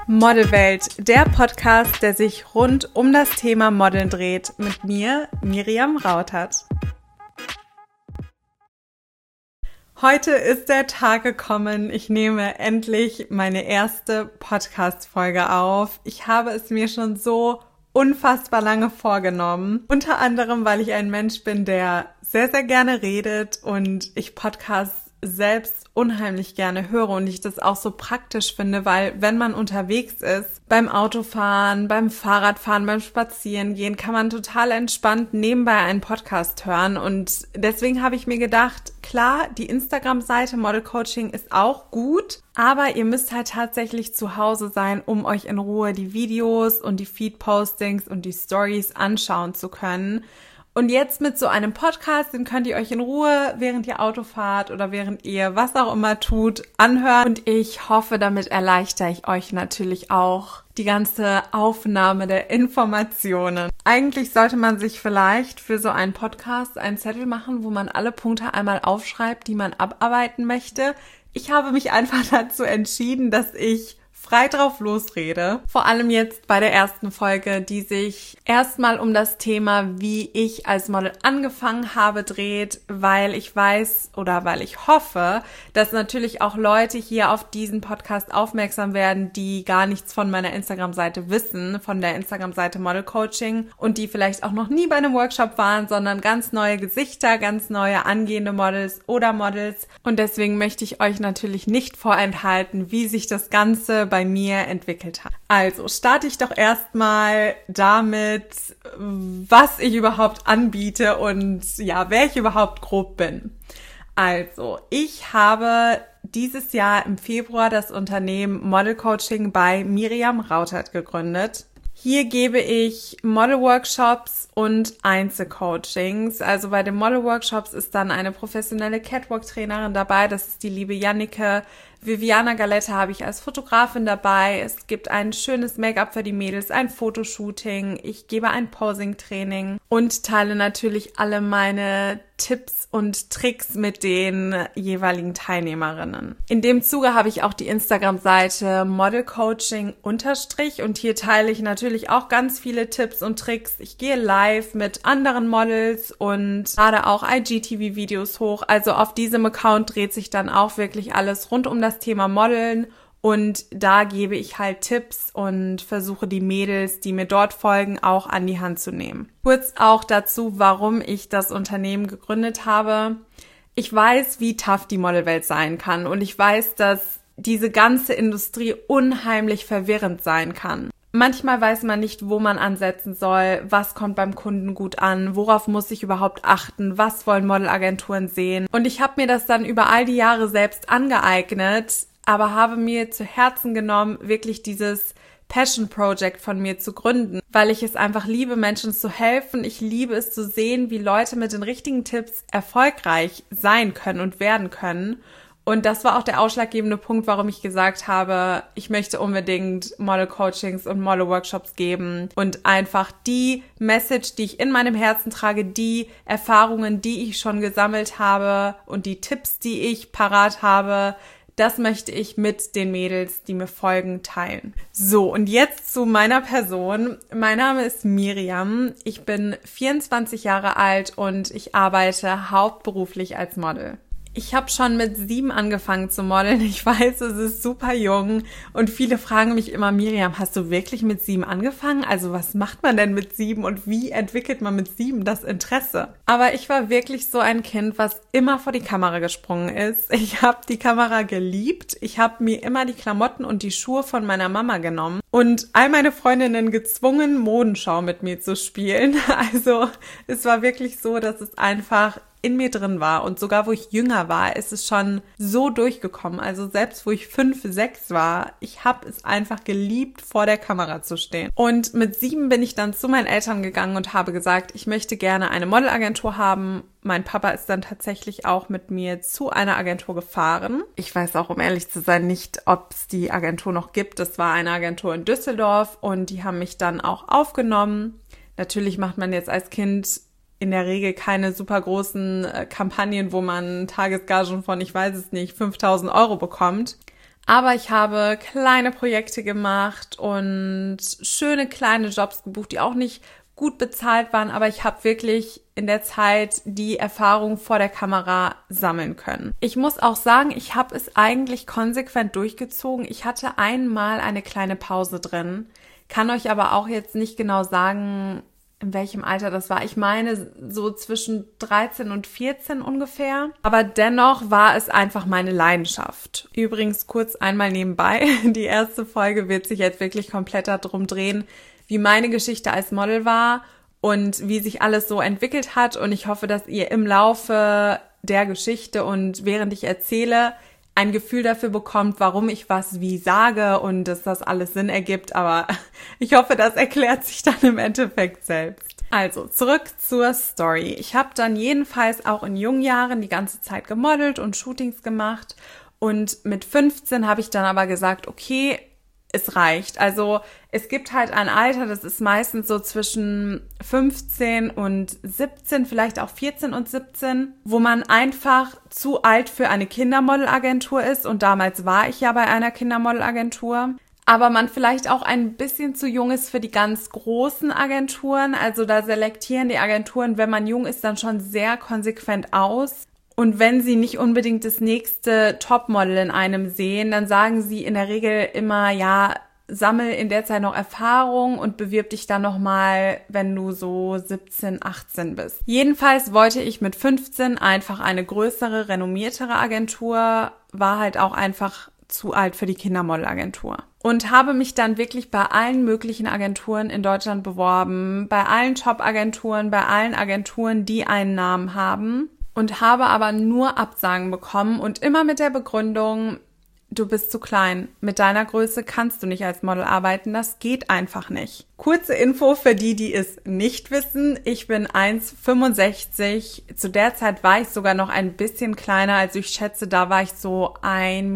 Modelwelt, der Podcast, der sich rund um das Thema Modeln dreht, mit mir, Miriam Rautert. Heute ist der Tag gekommen, ich nehme endlich meine erste Podcast-Folge auf. Ich habe es mir schon so unfassbar lange vorgenommen. Unter anderem, weil ich ein Mensch bin, der sehr, sehr gerne redet und ich Podcasts selbst unheimlich gerne höre und ich das auch so praktisch finde, weil wenn man unterwegs ist, beim Autofahren, beim Fahrradfahren, beim Spazierengehen, kann man total entspannt nebenbei einen Podcast hören und deswegen habe ich mir gedacht, klar, die Instagram-Seite Model Coaching ist auch gut, aber ihr müsst halt tatsächlich zu Hause sein, um euch in Ruhe die Videos und die Feed-Postings und die Stories anschauen zu können. Und jetzt mit so einem Podcast, den könnt ihr euch in Ruhe, während ihr Auto fahrt oder während ihr was auch immer tut, anhören. Und ich hoffe, damit erleichtere ich euch natürlich auch die ganze Aufnahme der Informationen. Eigentlich sollte man sich vielleicht für so einen Podcast einen Zettel machen, wo man alle Punkte einmal aufschreibt, die man abarbeiten möchte. Ich habe mich einfach dazu entschieden, dass ich frei drauf losrede. Vor allem jetzt bei der ersten Folge, die sich erstmal um das Thema, wie ich als Model angefangen habe, dreht, weil ich weiß oder weil ich hoffe, dass natürlich auch Leute hier auf diesen Podcast aufmerksam werden, die gar nichts von meiner Instagram-Seite wissen, von der Instagram-Seite Model Coaching und die vielleicht auch noch nie bei einem Workshop waren, sondern ganz neue Gesichter, ganz neue angehende Models oder Models. Und deswegen möchte ich euch natürlich nicht vorenthalten, wie sich das Ganze bei mir entwickelt hat. Also starte ich doch erstmal damit, was ich überhaupt anbiete und ja, wer ich überhaupt grob bin. Also, ich habe dieses Jahr im Februar das Unternehmen Model Coaching bei Miriam Rautert gegründet. Hier gebe ich Model-Workshops und Einzelcoachings. Also bei den Model-Workshops ist dann eine professionelle Catwalk-Trainerin dabei. Das ist die liebe Jannike. Viviana Galetta habe ich als Fotografin dabei. Es gibt ein schönes Make-up für die Mädels, ein Fotoshooting. Ich gebe ein Posing-Training und teile natürlich alle meine Tipps und Tricks mit den jeweiligen Teilnehmerinnen. In dem Zuge habe ich auch die Instagram-Seite Model Coaching_ und hier teile ich natürlich auch ganz viele Tipps und Tricks. Ich gehe live mit anderen Models und lade auch IGTV-Videos hoch. Also auf diesem Account dreht sich dann auch wirklich alles rund um das Thema Modeln. Und da gebe ich halt Tipps und versuche die Mädels, die mir dort folgen, auch an die Hand zu nehmen. Kurz auch dazu, warum ich das Unternehmen gegründet habe. Ich weiß, wie tough die Modelwelt sein kann und ich weiß, dass diese ganze Industrie unheimlich verwirrend sein kann. Manchmal weiß man nicht, wo man ansetzen soll, was kommt beim Kunden gut an, worauf muss ich überhaupt achten, was wollen Modelagenturen sehen. Und ich habe mir das dann über all die Jahre selbst angeeignet, aber habe mir zu Herzen genommen, wirklich dieses Passion Project von mir zu gründen, weil ich es einfach liebe, Menschen zu helfen. Ich liebe es zu sehen, wie Leute mit den richtigen Tipps erfolgreich sein können und werden können. Und das war auch der ausschlaggebende Punkt, warum ich gesagt habe, ich möchte unbedingt Model-Coachings und Model-Workshops geben und einfach die Message, die ich in meinem Herzen trage, die Erfahrungen, die ich schon gesammelt habe und die Tipps, die ich parat habe, das möchte ich mit den Mädels, die mir folgen, teilen. So, und jetzt zu meiner Person. Mein Name ist Miriam. Ich bin 24 Jahre alt und ich arbeite hauptberuflich als Model. Ich habe schon mit 7 angefangen zu modeln. Ich weiß, es ist super jung und viele fragen mich immer, Miriam, hast du wirklich mit 7 angefangen? Also was macht man denn mit 7 und wie entwickelt man mit 7 das Interesse? Aber ich war wirklich so ein Kind, was immer vor die Kamera gesprungen ist. Ich habe die Kamera geliebt. Ich habe mir immer die Klamotten und die Schuhe von meiner Mama genommen und all meine Freundinnen gezwungen, Modenschau mit mir zu spielen. Also es war wirklich so, dass es einfach in mir drin war und sogar wo ich jünger war, ist es schon so durchgekommen. Also selbst wo ich 5, 6 war, ich habe es einfach geliebt, vor der Kamera zu stehen. Und mit 7 bin ich dann zu meinen Eltern gegangen und habe gesagt, ich möchte gerne eine Modelagentur haben. Mein Papa ist dann tatsächlich auch mit mir zu einer Agentur gefahren. Ich weiß auch, um ehrlich zu sein, nicht, ob es die Agentur noch gibt. Das war eine Agentur in Düsseldorf und die haben mich dann auch aufgenommen. Natürlich macht man jetzt als Kind in der Regel keine super großen Kampagnen, wo man Tagesgagen von, ich weiß es nicht, 5.000 € bekommt. Aber ich habe kleine Projekte gemacht und schöne kleine Jobs gebucht, die auch nicht gut bezahlt waren, aber ich habe wirklich in der Zeit die Erfahrung vor der Kamera sammeln können. Ich muss auch sagen, ich habe es eigentlich konsequent durchgezogen. Ich hatte einmal eine kleine Pause drin, kann euch aber auch jetzt nicht genau sagen, in welchem Alter das war. Ich meine so zwischen 13 und 14 ungefähr. Aber dennoch war es einfach meine Leidenschaft. Übrigens kurz einmal nebenbei. Die erste Folge wird sich jetzt wirklich komplett darum drehen, wie meine Geschichte als Model war und wie sich alles so entwickelt hat. Und ich hoffe, dass ihr im Laufe der Geschichte und während ich erzähle, ein Gefühl dafür bekommt, warum ich was wie sage und dass das alles Sinn ergibt. Aber ich hoffe, das erklärt sich dann im Endeffekt selbst. Also, zurück zur Story. Ich habe dann jedenfalls auch in jungen Jahren die ganze Zeit gemodelt und Shootings gemacht. Und mit 15 habe ich dann aber gesagt, okay, es reicht. Also es gibt halt ein Alter, das ist meistens so zwischen 15 und 17, vielleicht auch 14 und 17, wo man einfach zu alt für eine Kindermodelagentur ist. Und damals war ich ja bei einer Kindermodelagentur. Aber man vielleicht auch ein bisschen zu jung ist für die ganz großen Agenturen. Also da selektieren die Agenturen, wenn man jung ist, dann schon sehr konsequent aus. Und wenn sie nicht unbedingt das nächste Topmodel in einem sehen, dann sagen sie in der Regel immer, ja, sammel in der Zeit noch Erfahrung und bewirb dich dann nochmal, wenn du so 17, 18 bist. Jedenfalls wollte ich mit 15 einfach eine größere, renommiertere Agentur, war halt auch einfach zu alt für die Kindermodelagentur. Und habe mich dann wirklich bei allen möglichen Agenturen in Deutschland beworben, bei allen Top-Agenturen, bei allen Agenturen, die einen Namen haben. Und habe aber nur Absagen bekommen und immer mit der Begründung, du bist zu klein. Mit deiner Größe kannst du nicht als Model arbeiten. Das geht einfach nicht. Kurze Info für die, die es nicht wissen. Ich bin 1,65. Zu der Zeit war ich sogar noch ein bisschen kleiner. Also ich schätze, da war ich so 1,63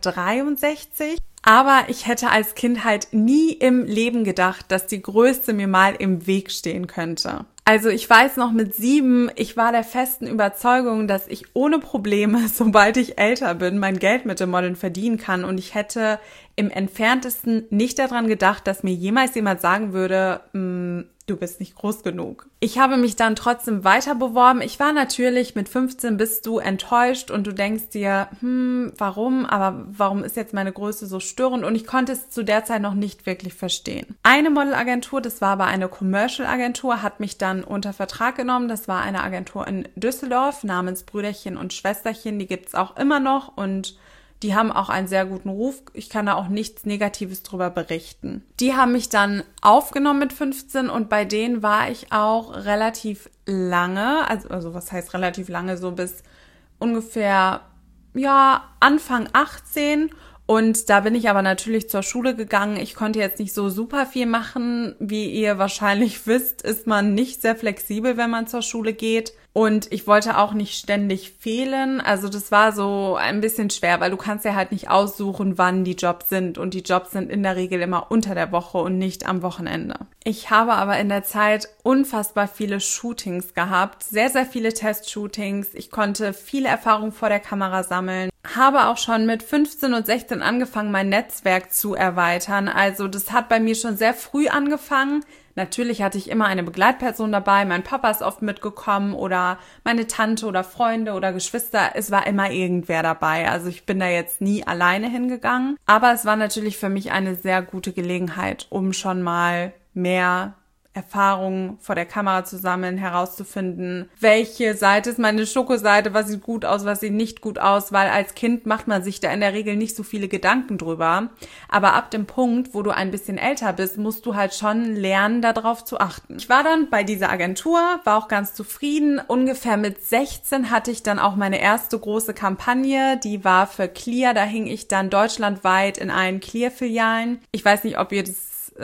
Meter. Aber ich hätte als Kind halt nie im Leben gedacht, dass die Größe mir mal im Weg stehen könnte. Also ich weiß noch mit 7, ich war der festen Überzeugung, dass ich ohne Probleme, sobald ich älter bin, mein Geld mit dem Modeln verdienen kann. Und ich hätte im Entferntesten nicht daran gedacht, dass mir jemals jemand sagen würde, du bist nicht groß genug. Ich habe mich dann trotzdem weiter beworben. Ich war natürlich mit 15 bist du enttäuscht und du denkst dir, warum? Aber warum ist jetzt meine Größe so störend? Und ich konnte es zu der Zeit noch nicht wirklich verstehen. Eine Modelagentur, das war aber eine Commercial-Agentur, hat mich dann unter Vertrag genommen. Das war eine Agentur in Düsseldorf namens Brüderchen und Schwesterchen. Die gibt's auch immer noch und die haben auch einen sehr guten Ruf. Ich kann da auch nichts Negatives drüber berichten. Die haben mich dann aufgenommen mit 15 und bei denen war ich auch relativ lange, also was heißt relativ lange, so bis ungefähr, ja, Anfang 18. Und da bin ich aber natürlich zur Schule gegangen. Ich konnte jetzt nicht so super viel machen. Wie ihr wahrscheinlich wisst, ist man nicht sehr flexibel, wenn man zur Schule geht. Und ich wollte auch nicht ständig fehlen. Also das war so ein bisschen schwer, weil du kannst ja halt nicht aussuchen, wann die Jobs sind. Und die Jobs sind in der Regel immer unter der Woche und nicht am Wochenende. Ich habe aber in der Zeit unfassbar viele Shootings gehabt. Sehr, sehr viele Testshootings. Ich konnte viele Erfahrungen vor der Kamera sammeln. Habe auch schon mit 15 und 16 angefangen, mein Netzwerk zu erweitern. Also das hat bei mir schon sehr früh angefangen. Natürlich hatte ich immer eine Begleitperson dabei. Mein Papa ist oft mitgekommen oder meine Tante oder Freunde oder Geschwister. Es war immer irgendwer dabei. Also ich bin da jetzt nie alleine hingegangen. Aber es war natürlich für mich eine sehr gute Gelegenheit, um schon mal mehr Erfahrungen vor der Kamera zu sammeln, herauszufinden, welche Seite ist meine Schokoseite, was sieht gut aus, was sieht nicht gut aus, weil als Kind macht man sich da in der Regel nicht so viele Gedanken drüber. Aber ab dem Punkt, wo du ein bisschen älter bist, musst du halt schon lernen, darauf zu achten. Ich war dann bei dieser Agentur, war auch ganz zufrieden. Ungefähr mit 16 hatte ich dann auch meine erste große Kampagne, die war für Clear. Da hing ich dann deutschlandweit in allen Clear-Filialen. Ich weiß nicht, ob ihr das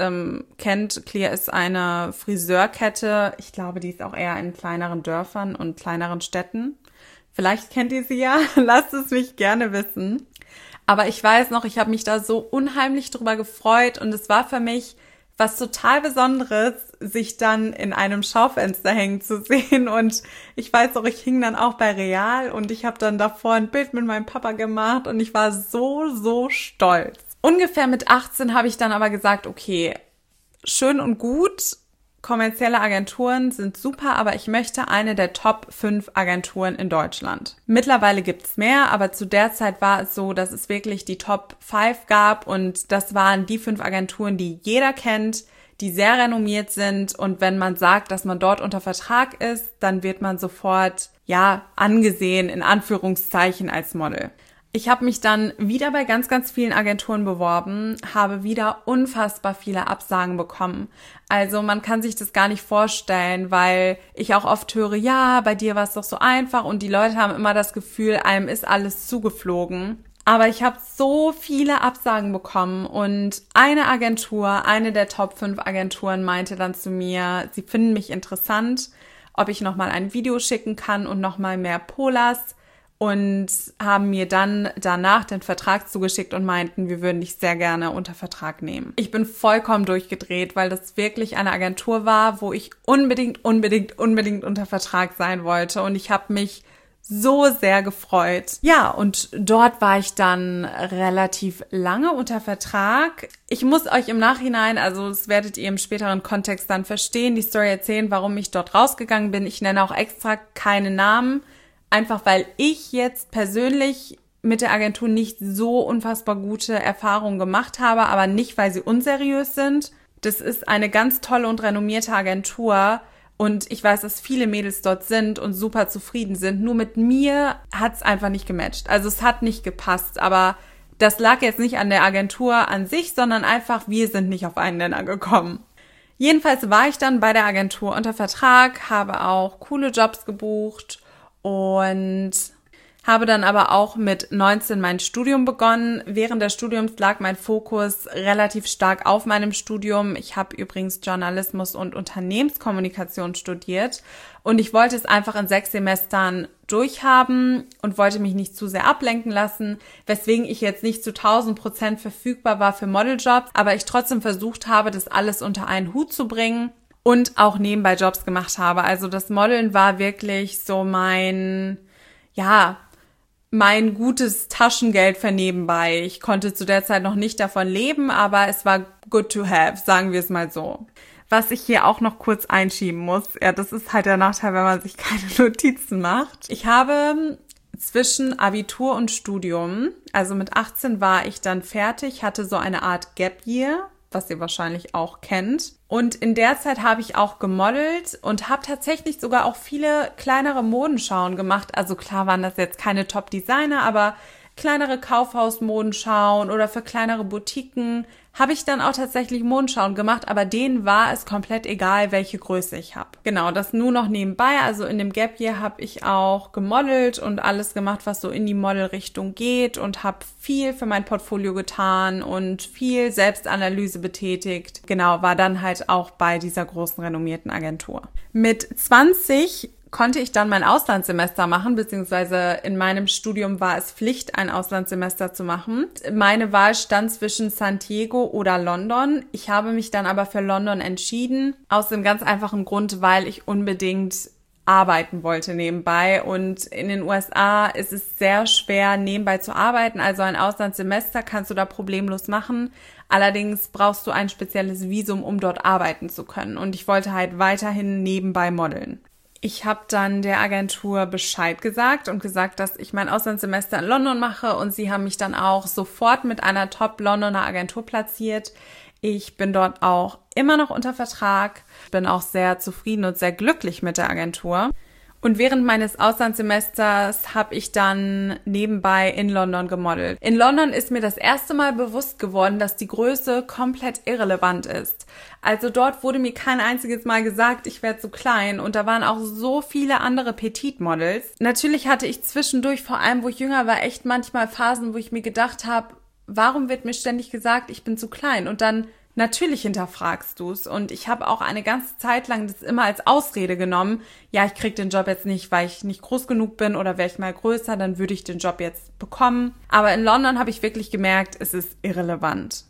kennt. Clear ist eine Friseurkette. Ich glaube, die ist auch eher in kleineren Dörfern und kleineren Städten. Vielleicht kennt ihr sie ja. Lasst es mich gerne wissen. Aber ich weiß noch, ich habe mich da so unheimlich drüber gefreut und es war für mich was total Besonderes, sich dann in einem Schaufenster hängen zu sehen. Und ich weiß auch, ich hing dann auch bei Real und ich habe dann davor ein Bild mit meinem Papa gemacht und ich war so stolz. Ungefähr mit 18 habe ich dann aber gesagt, okay, schön und gut, kommerzielle Agenturen sind super, aber ich möchte eine der Top 5 Agenturen in Deutschland. Mittlerweile gibt's mehr, aber zu der Zeit war es so, dass es wirklich die Top 5 gab und das waren die 5 Agenturen, die jeder kennt, die sehr renommiert sind und wenn man sagt, dass man dort unter Vertrag ist, dann wird man sofort, angesehen, in Anführungszeichen, als Model. Ich habe mich dann wieder bei ganz vielen Agenturen beworben, habe wieder unfassbar viele Absagen bekommen. Also man kann sich das gar nicht vorstellen, weil ich auch oft höre, ja, bei dir war es doch so einfach und die Leute haben immer das Gefühl, einem ist alles zugeflogen. Aber ich habe so viele Absagen bekommen und eine Agentur, eine der Top 5 Agenturen meinte dann zu mir, sie finden mich interessant, ob ich nochmal ein Video schicken kann und nochmal mehr Polars. Und haben mir dann danach den Vertrag zugeschickt und meinten, wir würden dich sehr gerne unter Vertrag nehmen. Ich bin vollkommen durchgedreht, weil das wirklich eine Agentur war, wo ich unbedingt unter Vertrag sein wollte. Und ich habe mich so sehr gefreut. Ja, und dort war ich dann relativ lange unter Vertrag. Ich muss euch im Nachhinein, also das werdet ihr im späteren Kontext dann verstehen, die Story erzählen, warum ich dort rausgegangen bin. Ich nenne auch extra keine Namen. Einfach weil ich jetzt persönlich mit der Agentur nicht so unfassbar gute Erfahrungen gemacht habe, aber nicht, weil sie unseriös sind. Das ist eine ganz tolle und renommierte Agentur und ich weiß, dass viele Mädels dort sind und super zufrieden sind. Nur mit mir hat es einfach nicht gematcht. Also es hat nicht gepasst, aber das lag jetzt nicht an der Agentur an sich, sondern einfach, wir sind nicht auf einen Nenner gekommen. Jedenfalls war ich dann bei der Agentur unter Vertrag, habe auch coole Jobs gebucht und habe dann aber auch mit 19 mein Studium begonnen. Während des Studiums lag mein Fokus relativ stark auf meinem Studium. Ich habe übrigens Journalismus und Unternehmenskommunikation studiert und ich wollte es einfach in 6 Semestern durchhaben und wollte mich nicht zu sehr ablenken lassen, weswegen ich jetzt nicht zu 1000% verfügbar war für Modeljobs, aber ich trotzdem versucht habe, das alles unter einen Hut zu bringen. Und auch nebenbei Jobs gemacht habe. Also das Modeln war wirklich so mein gutes Taschengeld für nebenbei. Ich konnte zu der Zeit noch nicht davon leben, aber es war good to have, sagen wir es mal so. Was ich hier auch noch kurz einschieben muss, das ist halt der Nachteil, wenn man sich keine Notizen macht. Ich habe zwischen Abitur und Studium, also mit 18 war ich dann fertig, hatte so eine Art Gap Year, was ihr wahrscheinlich auch kennt. Und in der Zeit habe ich auch gemodelt und habe tatsächlich sogar auch viele kleinere Modenschauen gemacht. Also klar waren das jetzt keine Top-Designer, aber kleinere Kaufhaus-Modenschauen oder für kleinere Boutiquen habe ich dann auch tatsächlich Modenschauen gemacht, aber denen war es komplett egal, welche Größe ich habe. Genau, das nur noch nebenbei. Also in dem Gap Year habe ich auch gemodelt und alles gemacht, was so in die Modelrichtung geht und habe viel für mein Portfolio getan und viel Selbstanalyse betätigt. Genau, war dann halt auch bei dieser großen renommierten Agentur. Mit 20 konnte ich dann mein Auslandssemester machen, beziehungsweise in meinem Studium war es Pflicht, ein Auslandssemester zu machen. Meine Wahl stand zwischen San Diego oder London. Ich habe mich dann aber für London entschieden, aus dem ganz einfachen Grund, weil ich unbedingt arbeiten wollte nebenbei. Und in den USA ist es sehr schwer, nebenbei zu arbeiten. Also ein Auslandssemester kannst du da problemlos machen. Allerdings brauchst du ein spezielles Visum, um dort arbeiten zu können. Und ich wollte halt weiterhin nebenbei modeln. Ich habe dann der Agentur Bescheid gesagt und gesagt, dass ich mein Auslandssemester in London mache und sie haben mich dann auch sofort mit einer Top-Londoner Agentur platziert. Ich bin dort auch immer noch unter Vertrag, bin auch sehr zufrieden und sehr glücklich mit der Agentur. Und während meines Auslandssemesters habe ich dann nebenbei in London gemodelt. In London ist mir das erste Mal bewusst geworden, dass die Größe komplett irrelevant ist. Also dort wurde mir kein einziges Mal gesagt, ich werde zu klein und da waren auch so viele andere Petite-Models. Natürlich hatte ich zwischendurch, vor allem wo ich jünger war, echt manchmal Phasen, wo ich mir gedacht habe, warum wird mir ständig gesagt, ich bin zu klein? Und dann natürlich hinterfragst du's. Und ich habe auch eine ganze Zeit lang das immer als Ausrede genommen. Ja, ich krieg den Job jetzt nicht, weil ich nicht groß genug bin oder wäre ich mal größer, dann würde ich den Job jetzt bekommen. Aber in London habe ich wirklich gemerkt, es ist irrelevant.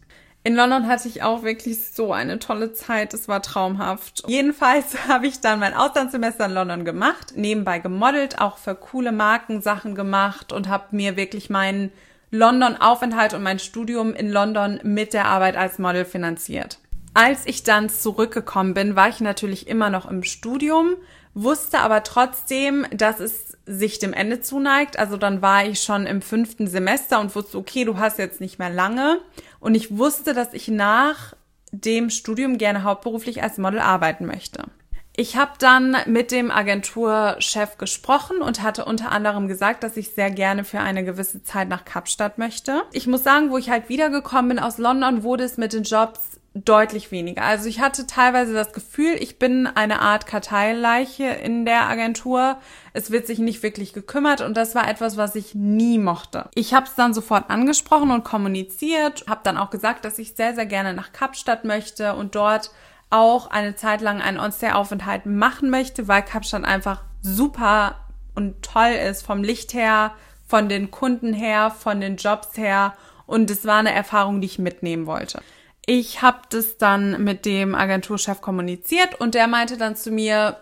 In London hatte ich auch wirklich so eine tolle Zeit. Es war traumhaft. Jedenfalls habe ich dann mein Auslandssemester in London gemacht, nebenbei gemodelt, auch für coole Marken Sachen gemacht und habe mir wirklich meinen London-Aufenthalt und mein Studium in London mit der Arbeit als Model finanziert. Als ich dann zurückgekommen bin, war ich natürlich immer noch im Studium, wusste aber trotzdem, dass es sich dem Ende zuneigt. Also dann war ich schon im 5. Semester und wusste, okay, du hast jetzt nicht mehr lange. Und ich wusste, dass ich nach dem Studium gerne hauptberuflich als Model arbeiten möchte. Ich habe dann mit dem Agenturchef gesprochen und hatte unter anderem gesagt, dass ich sehr gerne für eine gewisse Zeit nach Kapstadt möchte. Ich muss sagen, wo ich halt wiedergekommen bin aus London, wurde es mit den Jobs deutlich weniger. Also ich hatte teilweise das Gefühl, ich bin eine Art Karteileiche in der Agentur. Es wird sich nicht wirklich gekümmert und das war etwas, was ich nie mochte. Ich habe es dann sofort angesprochen und kommuniziert, habe dann auch gesagt, dass ich sehr, sehr gerne nach Kapstadt möchte und dort auch eine Zeit lang einen On-Stay-Aufenthalt machen möchte, weil Kapstadt einfach super und toll ist, vom Licht her, von den Kunden her, von den Jobs her und es war eine Erfahrung, die ich mitnehmen wollte. Ich habe das dann mit dem Agenturchef kommuniziert und der meinte dann zu mir,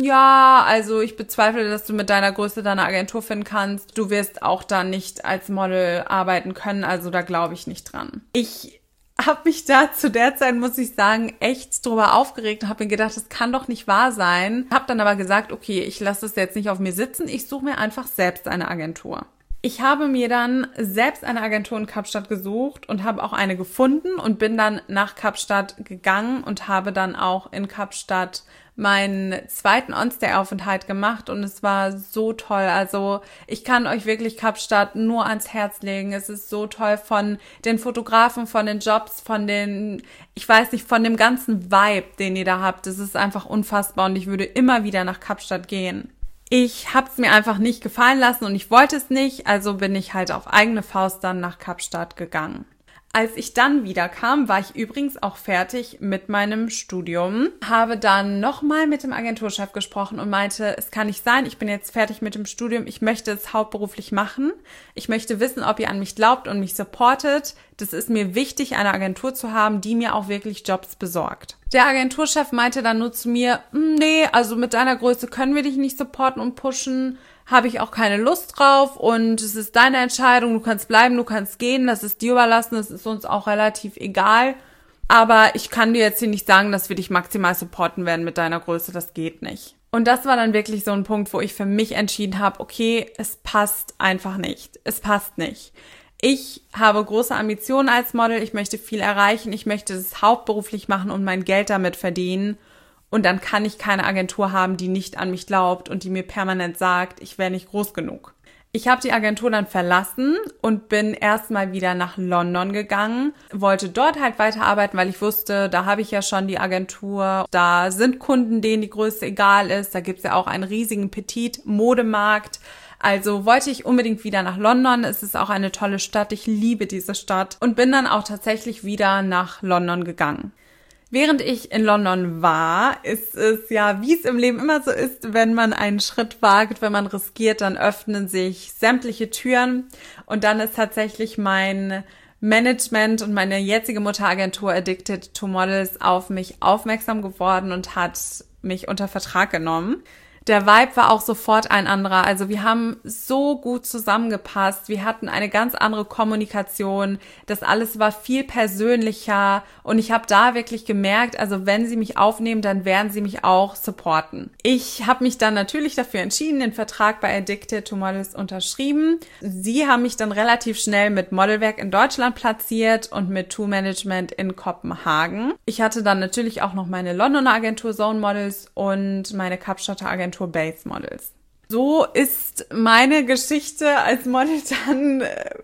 ja, also ich bezweifle, dass du mit deiner Größe deine Agentur finden kannst. Du wirst auch da nicht als Model arbeiten können, also da glaube ich nicht dran. Ich habe mich da zu der Zeit, muss ich sagen, echt drüber aufgeregt und habe mir gedacht, das kann doch nicht wahr sein. Habe dann aber gesagt, okay, ich lasse das jetzt nicht auf mir sitzen, ich suche mir einfach selbst eine Agentur. Ich habe mir dann selbst eine Agentur in Kapstadt gesucht und habe auch eine gefunden und bin dann nach Kapstadt gegangen und habe dann auch in Kapstadt meinen zweiten On-Stay-Aufenthalt gemacht und es war so toll. Also ich kann euch wirklich Kapstadt nur ans Herz legen. Es ist so toll von den Fotografen, von den Jobs, von den, ich weiß nicht, von dem ganzen Vibe, den ihr da habt. Es ist einfach unfassbar und ich würde immer wieder nach Kapstadt gehen. Ich habe es mir einfach nicht gefallen lassen und ich wollte es nicht, also bin ich halt auf eigene Faust dann nach Kapstadt gegangen. Als ich dann wiederkam, war ich übrigens auch fertig mit meinem Studium, habe dann nochmal mit dem Agenturchef gesprochen und meinte, es kann nicht sein, ich bin jetzt fertig mit dem Studium, ich möchte es hauptberuflich machen. Ich möchte wissen, ob ihr an mich glaubt und mich supportet. Das ist mir wichtig, eine Agentur zu haben, die mir auch wirklich Jobs besorgt. Der Agenturchef meinte dann nur zu mir, nee, also mit deiner Größe können wir dich nicht supporten und pushen, habe ich auch keine Lust drauf und es ist deine Entscheidung, du kannst bleiben, du kannst gehen, das ist dir überlassen, das ist uns auch relativ egal. Aber ich kann dir jetzt hier nicht sagen, dass wir dich maximal supporten werden mit deiner Größe, das geht nicht. Und das war dann wirklich so ein Punkt, wo ich für mich entschieden habe, okay, es passt einfach nicht, es passt nicht. Ich habe große Ambitionen als Model, ich möchte viel erreichen, ich möchte es hauptberuflich machen und mein Geld damit verdienen. Und dann kann ich keine Agentur haben, die nicht an mich glaubt und die mir permanent sagt, ich wäre nicht groß genug. Ich habe die Agentur dann verlassen und bin erstmal wieder nach London gegangen, wollte dort halt weiterarbeiten, weil ich wusste, da habe ich ja schon die Agentur, da sind Kunden, denen die Größe egal ist, da gibt's ja auch einen riesigen Petit-Modemarkt. Also wollte ich unbedingt wieder nach London. Es ist auch eine tolle Stadt, ich liebe diese Stadt und bin dann auch tatsächlich wieder nach London gegangen. Während ich in London war, ist es ja, wie es im Leben immer so ist, wenn man einen Schritt wagt, wenn man riskiert, dann öffnen sich sämtliche Türen und dann ist tatsächlich mein Management und meine jetzige Mutteragentur Addicted to Models auf mich aufmerksam geworden und hat mich unter Vertrag genommen. Der Vibe war auch sofort ein anderer. Also wir haben so gut zusammengepasst. Wir hatten eine ganz andere Kommunikation. Das alles war viel persönlicher. Und ich habe da wirklich gemerkt, also wenn sie mich aufnehmen, dann werden sie mich auch supporten. Ich habe mich dann natürlich dafür entschieden, den Vertrag bei Addicted to Models unterschrieben. Sie haben mich dann relativ schnell mit Modelwerk in Deutschland platziert und mit Tour Management in Kopenhagen. Ich hatte dann natürlich auch noch meine Londoner Agentur Zone Models und meine Kapstadter Agentur Base Models. So ist meine Geschichte als Model dann,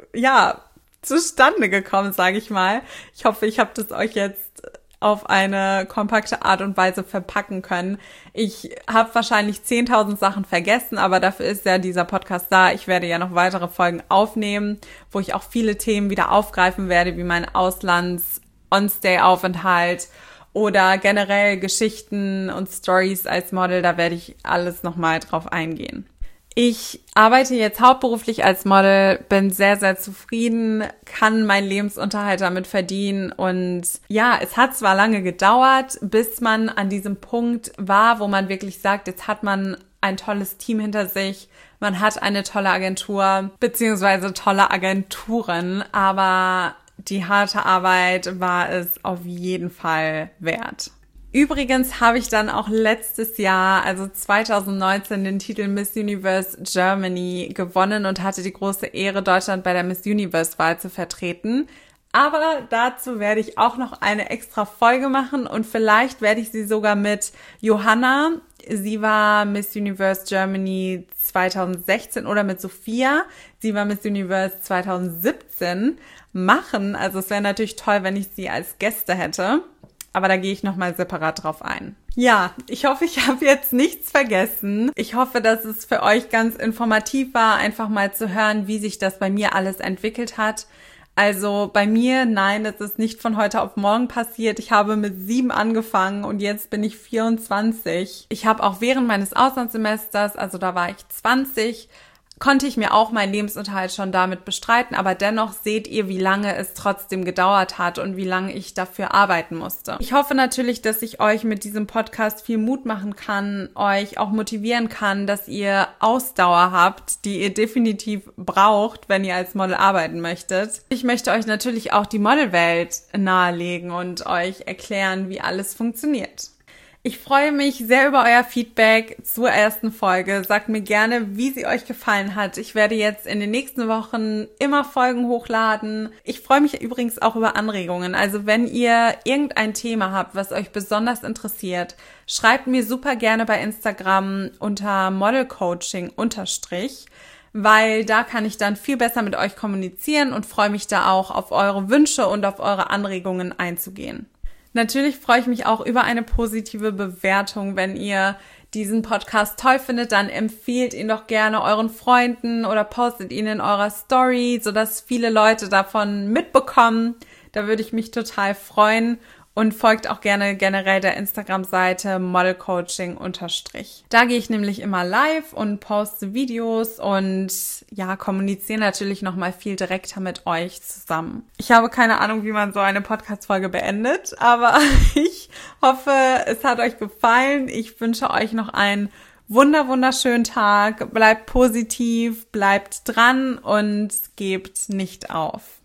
zustande gekommen, sage ich mal. Ich hoffe, ich habe das euch jetzt auf eine kompakte Art und Weise verpacken können. Ich habe wahrscheinlich 10.000 Sachen vergessen, aber dafür ist ja dieser Podcast da. Ich werde ja noch weitere Folgen aufnehmen, wo ich auch viele Themen wieder aufgreifen werde, wie mein Auslands-On-Stay-Aufenthalt oder generell Geschichten und Stories als Model, da werde ich alles nochmal drauf eingehen. Ich arbeite jetzt hauptberuflich als Model, bin sehr, sehr zufrieden, kann meinen Lebensunterhalt damit verdienen und ja, es hat zwar lange gedauert, bis man an diesem Punkt war, wo man wirklich sagt, jetzt hat man ein tolles Team hinter sich, man hat eine tolle Agentur, beziehungsweise tolle Agenturen, aber die harte Arbeit war es auf jeden Fall wert. Übrigens habe ich dann auch letztes Jahr, also 2019, den Titel Miss Universe Germany gewonnen und hatte die große Ehre, Deutschland bei der Miss Universe-Wahl zu vertreten. Aber dazu werde ich auch noch eine extra Folge machen und vielleicht werde ich sie sogar mit Johanna, sie war Miss Universe Germany 2016, oder mit Sophia, sie war Miss Universe 2017, machen. Also es wäre natürlich toll, wenn ich sie als Gäste hätte. Aber da gehe ich nochmal separat drauf ein. Ja, ich hoffe, ich habe jetzt nichts vergessen. Ich hoffe, dass es für euch ganz informativ war, einfach mal zu hören, wie sich das bei mir alles entwickelt hat. Also bei mir, nein, es ist nicht von heute auf morgen passiert. Ich habe mit 7 angefangen und jetzt bin ich 24. Ich habe auch während meines Auslandssemesters, also da war ich 20, konnte ich mir auch meinen Lebensunterhalt schon damit bestreiten, aber dennoch seht ihr, wie lange es trotzdem gedauert hat und wie lange ich dafür arbeiten musste. Ich hoffe natürlich, dass ich euch mit diesem Podcast viel Mut machen kann, euch auch motivieren kann, dass ihr Ausdauer habt, die ihr definitiv braucht, wenn ihr als Model arbeiten möchtet. Ich möchte euch natürlich auch die Modelwelt nahelegen und euch erklären, wie alles funktioniert. Ich freue mich sehr über euer Feedback zur ersten Folge. Sagt mir gerne, wie sie euch gefallen hat. Ich werde jetzt in den nächsten Wochen immer Folgen hochladen. Ich freue mich übrigens auch über Anregungen. Also wenn ihr irgendein Thema habt, was euch besonders interessiert, schreibt mir super gerne bei Instagram unter modelcoaching_, weil da kann ich dann viel besser mit euch kommunizieren und freue mich da auch auf eure Wünsche und auf eure Anregungen einzugehen. Natürlich freue ich mich auch über eine positive Bewertung. Wenn ihr diesen Podcast toll findet, dann empfehlt ihn doch gerne euren Freunden oder postet ihn in eurer Story, sodass viele Leute davon mitbekommen. Da würde ich mich total freuen. Und folgt auch gerne generell der Instagram-Seite modelcoaching_. Da gehe ich nämlich immer live und poste Videos und ja, kommuniziere natürlich nochmal viel direkter mit euch zusammen. Ich habe keine Ahnung, wie man so eine Podcast-Folge beendet, aber ich hoffe, es hat euch gefallen. Ich wünsche euch noch einen wunderschönen Tag. Bleibt positiv, bleibt dran und gebt nicht auf.